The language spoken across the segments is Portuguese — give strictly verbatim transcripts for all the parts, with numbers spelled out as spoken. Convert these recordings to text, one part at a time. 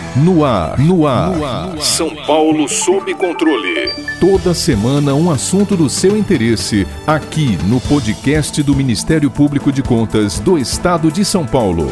No ar, no ar, no ar. São Paulo sob controle. Toda semana um assunto do seu interesse, aqui no podcast do Ministério Público de Contas do Estado de São Paulo.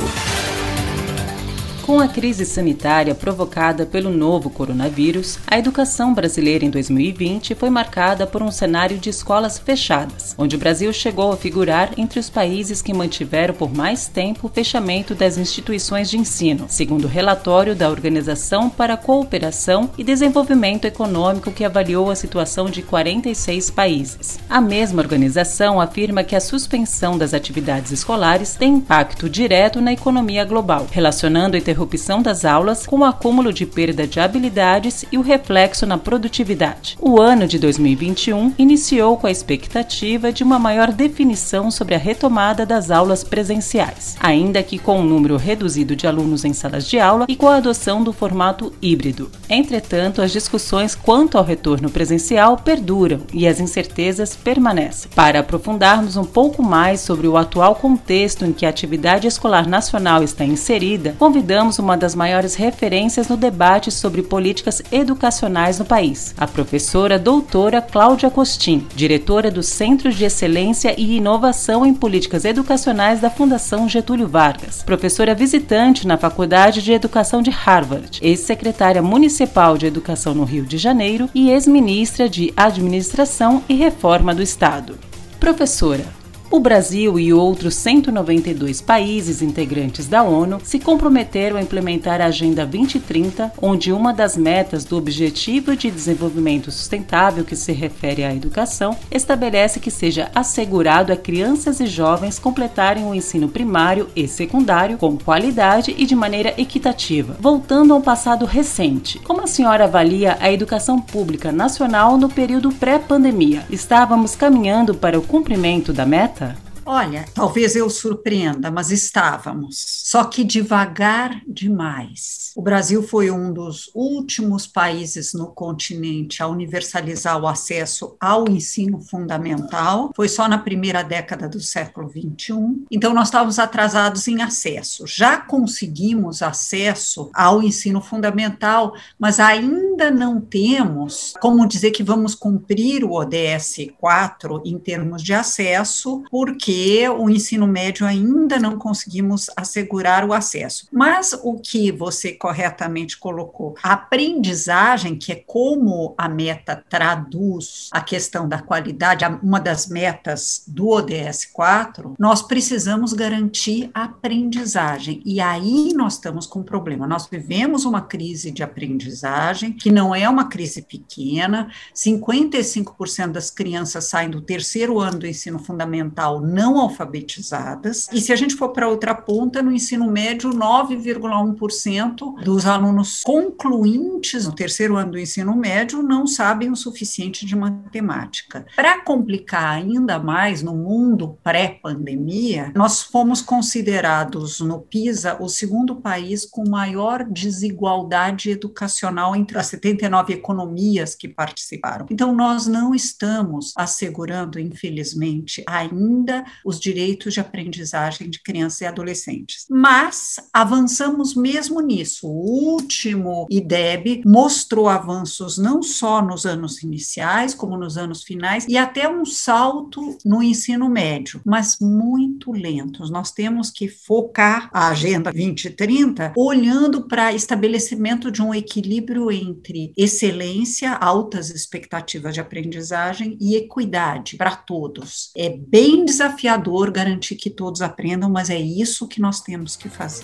Com a crise sanitária provocada pelo novo coronavírus, a educação brasileira em dois mil e vinte foi marcada por um cenário de escolas fechadas, onde o Brasil chegou a figurar entre os países que mantiveram por mais tempo o fechamento das instituições de ensino, segundo o relatório da Organização para a Cooperação e Desenvolvimento Econômico, que avaliou a situação de quarenta e seis países. A mesma organização afirma que a suspensão das atividades escolares tem impacto direto na economia global, relacionando a interrupção das aulas com o acúmulo de perda de habilidades e o reflexo na produtividade. O ano de dois mil e vinte e um iniciou com a expectativa de uma maior definição sobre a retomada das aulas presenciais, ainda que com um número reduzido de alunos em salas de aula e com a adoção do formato híbrido. Entretanto, as discussões quanto ao retorno presencial perduram e as incertezas permanecem. Para aprofundarmos um pouco mais sobre o atual contexto em que a atividade escolar nacional está inserida, convidamos uma das maiores referências no debate sobre políticas educacionais no país, a professora doutora Cláudia Costin, diretora do Centro de Excelência e Inovação em Políticas Educacionais da Fundação Getúlio Vargas, professora visitante na Faculdade de Educação de Harvard, ex-secretária municipal de Educação no Rio de Janeiro e ex-ministra de Administração e Reforma do Estado. Professora, o Brasil e outros cento e noventa e dois países integrantes da ONU se comprometeram a implementar a Agenda vinte trinta, onde uma das metas do Objetivo de Desenvolvimento Sustentável, que se refere à educação, estabelece que seja assegurado a crianças e jovens completarem o ensino primário e secundário com qualidade e de maneira equitativa. Voltando ao passado recente, como a senhora avalia a educação pública nacional no período pré-pandemia? Estávamos caminhando para o cumprimento da meta? Olha, talvez eu surpreenda, mas estávamos, só que devagar demais. O Brasil foi um dos últimos países no continente a universalizar o acesso ao ensino fundamental, foi só na primeira década do século vinte e um, então nós estávamos atrasados em acesso. Já conseguimos acesso ao ensino fundamental, mas ainda não temos como dizer que vamos cumprir o O D S quatro em termos de acesso, porque o ensino médio ainda não conseguimos assegurar o acesso. Mas o que você corretamente colocou, a aprendizagem, que é como a meta traduz a questão da qualidade, uma das metas do O D S quatro, nós precisamos garantir a aprendizagem. E aí nós estamos com um problema. Nós vivemos uma crise de aprendizagem, que não é uma crise pequena, cinquenta e cinco por cento das crianças saem do terceiro ano do ensino fundamental não não alfabetizadas, e se a gente for para outra ponta, no ensino médio, nove vírgula um por cento dos alunos concluintes no terceiro ano do ensino médio não sabem o suficiente de matemática. Para complicar ainda mais, no mundo pré-pandemia, nós fomos considerados no PISA o segundo país com maior desigualdade educacional entre as setenta e nove economias que participaram. Então, nós não estamos assegurando, infelizmente, ainda os direitos de aprendizagem de crianças e adolescentes. Mas avançamos mesmo nisso. O último I D E B mostrou avanços não só nos anos iniciais, como nos anos finais, e até um salto no ensino médio, mas muito lentos. Nós temos que focar a Agenda vinte trinta olhando para estabelecimento de um equilíbrio entre excelência, altas expectativas de aprendizagem e equidade para todos. É bem desafiador garantir que todos aprendam, mas é isso que nós temos que fazer.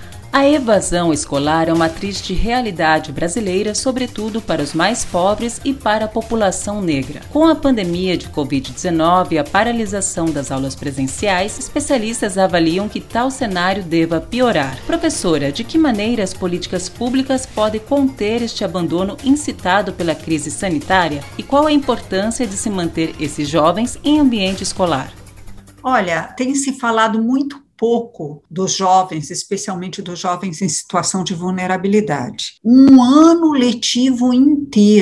A evasão escolar é uma triste realidade brasileira, sobretudo para os mais pobres e para a população negra. Com a pandemia de covid dezenove e a paralisação das aulas presenciais, especialistas avaliam que tal cenário deva piorar. Professora, de que maneira as políticas públicas podem conter este abandono incitado pela crise sanitária e qual a importância de se manter esses jovens em ambiente escolar? Olha, tem se falado muito pouco dos jovens, especialmente dos jovens em situação de vulnerabilidade. Um ano letivo inteiro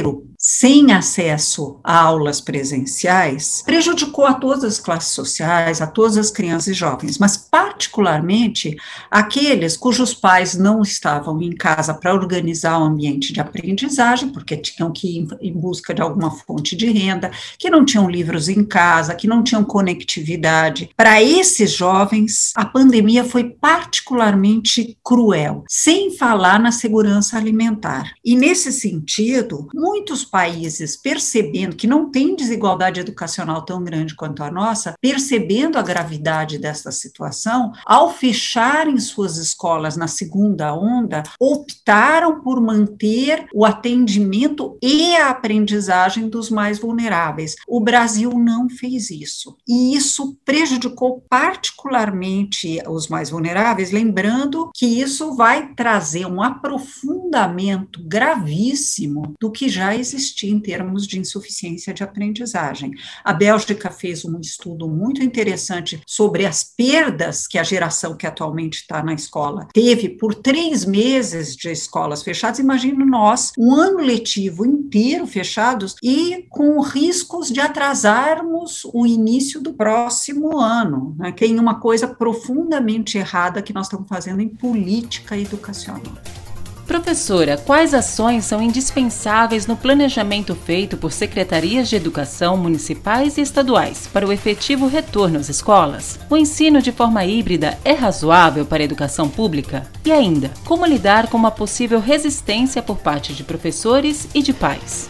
sem acesso a aulas presenciais, prejudicou a todas as classes sociais, a todas as crianças e jovens, mas particularmente aqueles cujos pais não estavam em casa para organizar o ambiente de aprendizagem, porque tinham que ir em busca de alguma fonte de renda, que não tinham livros em casa, que não tinham conectividade. Para esses jovens, a pandemia foi particularmente cruel, sem falar na segurança alimentar. E nesse sentido, muitos países, percebendo que não tem desigualdade educacional tão grande quanto a nossa, percebendo a gravidade dessa situação, ao fecharem suas escolas na segunda onda, optaram por manter o atendimento e a aprendizagem dos mais vulneráveis. O Brasil não fez isso, e isso prejudicou particularmente os mais vulneráveis, lembrando que isso vai trazer um aprofundamento gravíssimo do que já existia em termos de insuficiência de aprendizagem. A Bélgica fez um estudo muito interessante sobre as perdas que a geração que atualmente está na escola teve por três meses de escolas fechadas. Imagina nós, um ano letivo inteiro fechados e com riscos de atrasarmos o início do próximo ano, né? Tem uma coisa profundamente errada que nós estamos fazendo em política educacional. Professora, quais ações são indispensáveis no planejamento feito por secretarias de educação municipais e estaduais para o efetivo retorno às escolas? O ensino de forma híbrida é razoável para a educação pública? E ainda, como lidar com uma possível resistência por parte de professores e de pais?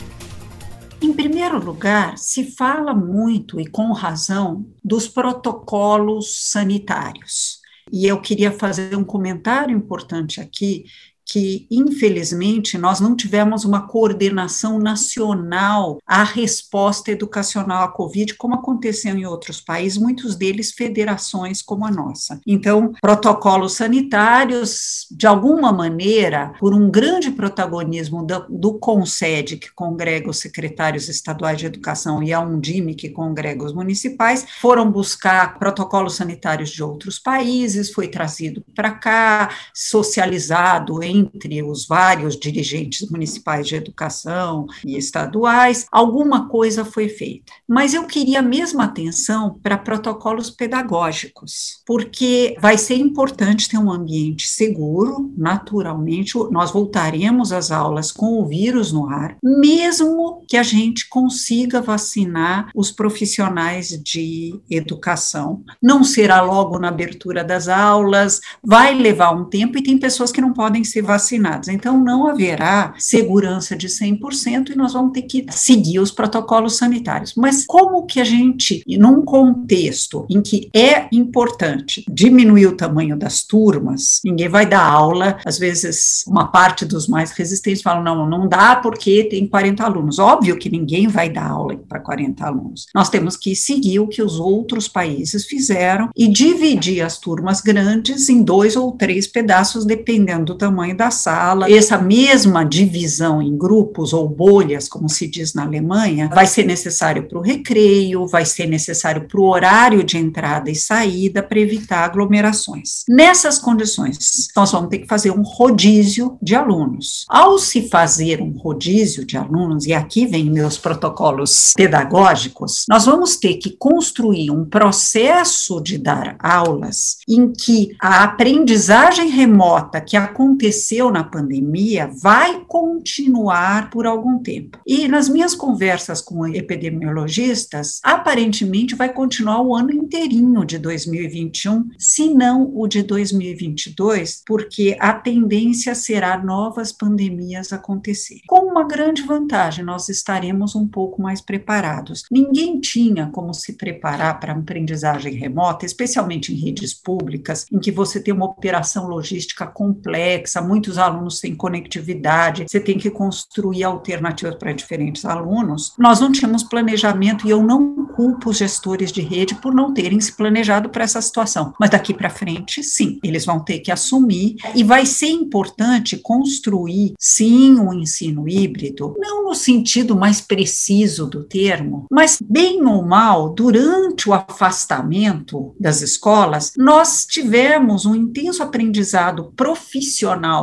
Em primeiro lugar, se fala muito, e com razão, dos protocolos sanitários. E eu queria fazer um comentário importante aqui, que, infelizmente, nós não tivemos uma coordenação nacional à resposta educacional à Covid, como aconteceu em outros países, muitos deles federações como a nossa. Então, protocolos sanitários, de alguma maneira, por um grande protagonismo do, do CONSED, que congrega os secretários estaduais de educação, e a Undime, que congrega os municipais, foram buscar protocolos sanitários de outros países, foi trazido para cá, socializado em entre os vários dirigentes municipais de educação e estaduais, alguma coisa foi feita. Mas eu queria a mesma atenção para protocolos pedagógicos, porque vai ser importante ter um ambiente seguro, naturalmente, nós voltaremos às aulas com o vírus no ar, mesmo que a gente consiga vacinar os profissionais de educação. Não será logo na abertura das aulas, vai levar um tempo e tem pessoas que não podem ser vacinados, então não haverá segurança de cem por cento e nós vamos ter que seguir os protocolos sanitários. Mas como que a gente, num contexto em que é importante diminuir o tamanho das turmas, ninguém vai dar aula, às vezes uma parte dos mais resistentes falam, não, não dá porque tem quarenta alunos. Óbvio que ninguém vai dar aula para quarenta alunos. Nós temos que seguir o que os outros países fizeram e dividir as turmas grandes em dois ou três pedaços, dependendo do tamanho da sala. Essa mesma divisão em grupos ou bolhas, como se diz na Alemanha, vai ser necessário para o recreio, vai ser necessário para o horário de entrada e saída para evitar aglomerações. Nessas condições, nós vamos ter que fazer um rodízio de alunos. Ao se fazer um rodízio de alunos, e aqui vem meus protocolos pedagógicos, nós vamos ter que construir um processo de dar aulas em que a aprendizagem remota que aconteceu na pandemia vai continuar por algum tempo. E nas minhas conversas com epidemiologistas, aparentemente vai continuar o ano inteirinho de dois mil e vinte e um, se não o de dois mil e vinte e dois, porque a tendência será novas pandemias acontecer. Com uma grande vantagem, nós estaremos um pouco mais preparados. Ninguém tinha como se preparar para a aprendizagem remota, especialmente em redes públicas, em que você tem uma operação logística complexa, muitos alunos têm conectividade, você tem que construir alternativas para diferentes alunos. Nós não tínhamos planejamento e eu não culpo os gestores de rede por não terem se planejado para essa situação. Mas daqui para frente, sim, eles vão ter que assumir e vai ser importante construir, sim, um ensino híbrido, não no sentido mais preciso do termo, mas bem ou mal, durante o afastamento das escolas, nós tivemos um intenso aprendizado profissional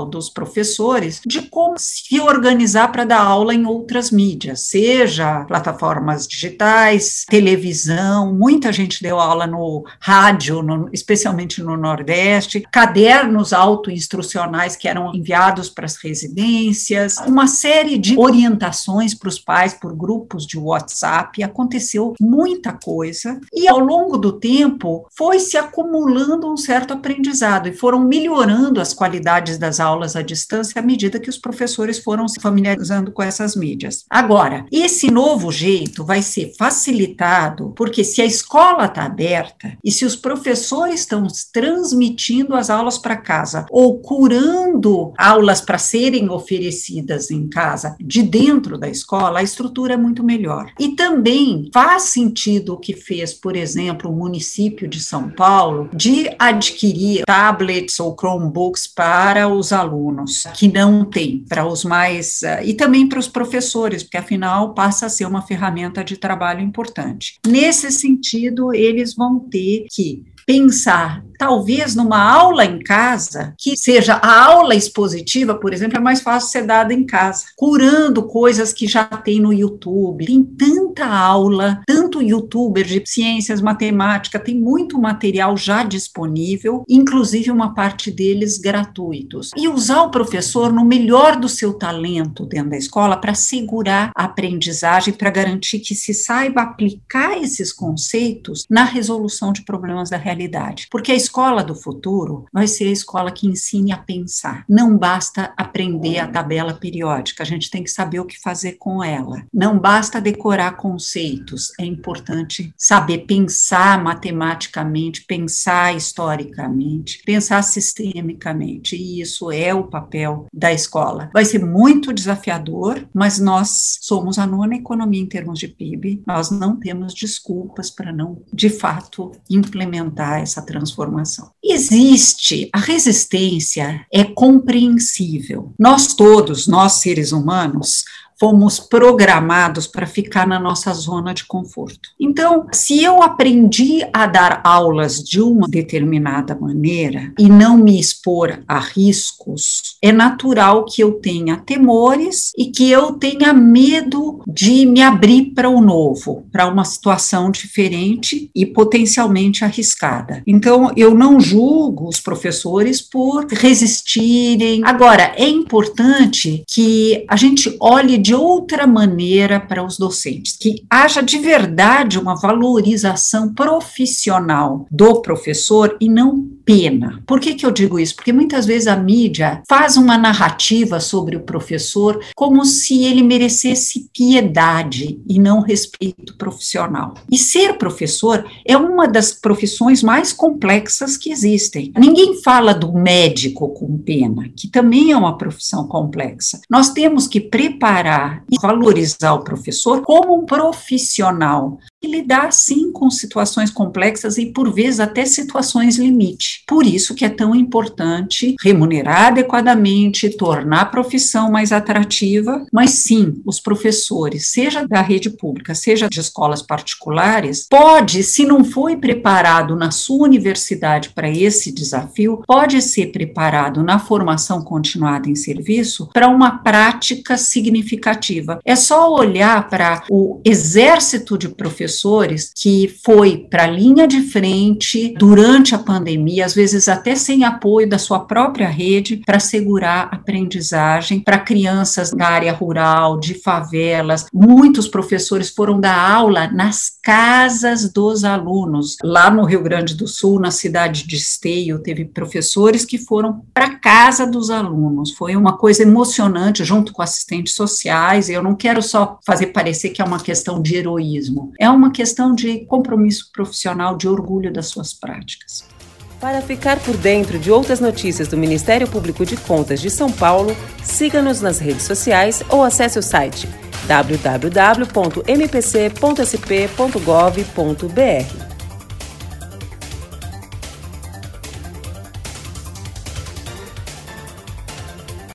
profissional dos professores de como se organizar para dar aula em outras mídias, seja plataformas digitais, televisão, muita gente deu aula no rádio, no, especialmente no Nordeste, cadernos autoinstrucionais que eram enviados para as residências, uma série de orientações para os pais por grupos de WhatsApp, aconteceu muita coisa e ao longo do tempo foi se acumulando um certo aprendizado e foram melhorando as qualidades das aulas à distância à medida que os professores foram se familiarizando com essas mídias. Agora, esse novo jeito vai ser facilitado porque se a escola está aberta e se os professores estão transmitindo as aulas para casa ou curando aulas para serem oferecidas em casa de dentro da escola, a estrutura é muito melhor. E também faz sentido o que fez, por exemplo, o município de São Paulo de adquirir tablets ou Chromebooks para os alunos que não têm, para os mais, uh, e também para os professores, porque afinal passa a ser uma ferramenta de trabalho importante. Nesse sentido, eles vão ter que pensar, talvez numa aula em casa, que seja a aula expositiva, por exemplo, é mais fácil ser dada em casa, curando coisas que já tem no YouTube. Tem tanta aula, tanto youtuber de ciências, matemática, tem muito material já disponível, inclusive uma parte deles gratuitos. E usar o professor no melhor do seu talento dentro da escola para segurar a aprendizagem, para garantir que se saiba aplicar esses conceitos na resolução de problemas da realidade. Porque a escola do futuro vai ser a escola que ensine a pensar. Não basta aprender a tabela periódica, a gente tem que saber o que fazer com ela. Não basta decorar conceitos, é importante saber pensar matematicamente, pensar historicamente, pensar sistemicamente, e isso é o papel da escola. Vai ser muito desafiador, mas nós somos a nona economia em termos de P I B, nós não temos desculpas para não, de fato, implementar essa transformação. Existe, a resistência é compreensível. Nós todos, nós seres humanos, fomos programados para ficar na nossa zona de conforto. Então, se eu aprendi a dar aulas de uma determinada maneira e não me expor a riscos, é natural que eu tenha temores e que eu tenha medo de me abrir para o novo, para uma situação diferente e potencialmente arriscada. Então, eu não julgo os professores por resistirem. Agora, é importante que a gente olhe de de outra maneira para os docentes, que haja de verdade uma valorização profissional do professor e não pena. Por que que eu digo isso? Porque muitas vezes a mídia faz uma narrativa sobre o professor como se ele merecesse piedade e não respeito profissional. E ser professor é uma das profissões mais complexas que existem. Ninguém fala do médico com pena, que também é uma profissão complexa. Nós temos que preparar e valorizar o professor como um profissional e lidar, sim, com situações complexas e, por vezes, até situações limite. Por isso que é tão importante remunerar adequadamente, tornar a profissão mais atrativa, mas, sim, os professores, seja da rede pública, seja de escolas particulares, pode, se não foi preparado na sua universidade para esse desafio, pode ser preparado na formação continuada em serviço para uma prática significativa. É só olhar para o exército de professores que foi para a linha de frente durante a pandemia, às vezes até sem apoio da sua própria rede, para assegurar aprendizagem para crianças da área rural, de favelas. Muitos professores foram dar aula nas casas dos alunos. Lá no Rio Grande do Sul, na cidade de Esteio, teve professores que foram para a casa dos alunos. Foi uma coisa emocionante, junto com assistentes sociais. Eu não quero só fazer parecer que é uma questão de heroísmo. É uma questão de compromisso profissional, de orgulho das suas práticas. Para ficar por dentro de outras notícias do Ministério Público de Contas de São Paulo, siga-nos nas redes sociais ou acesse o site w w w ponto m p c ponto s p ponto gov ponto b r.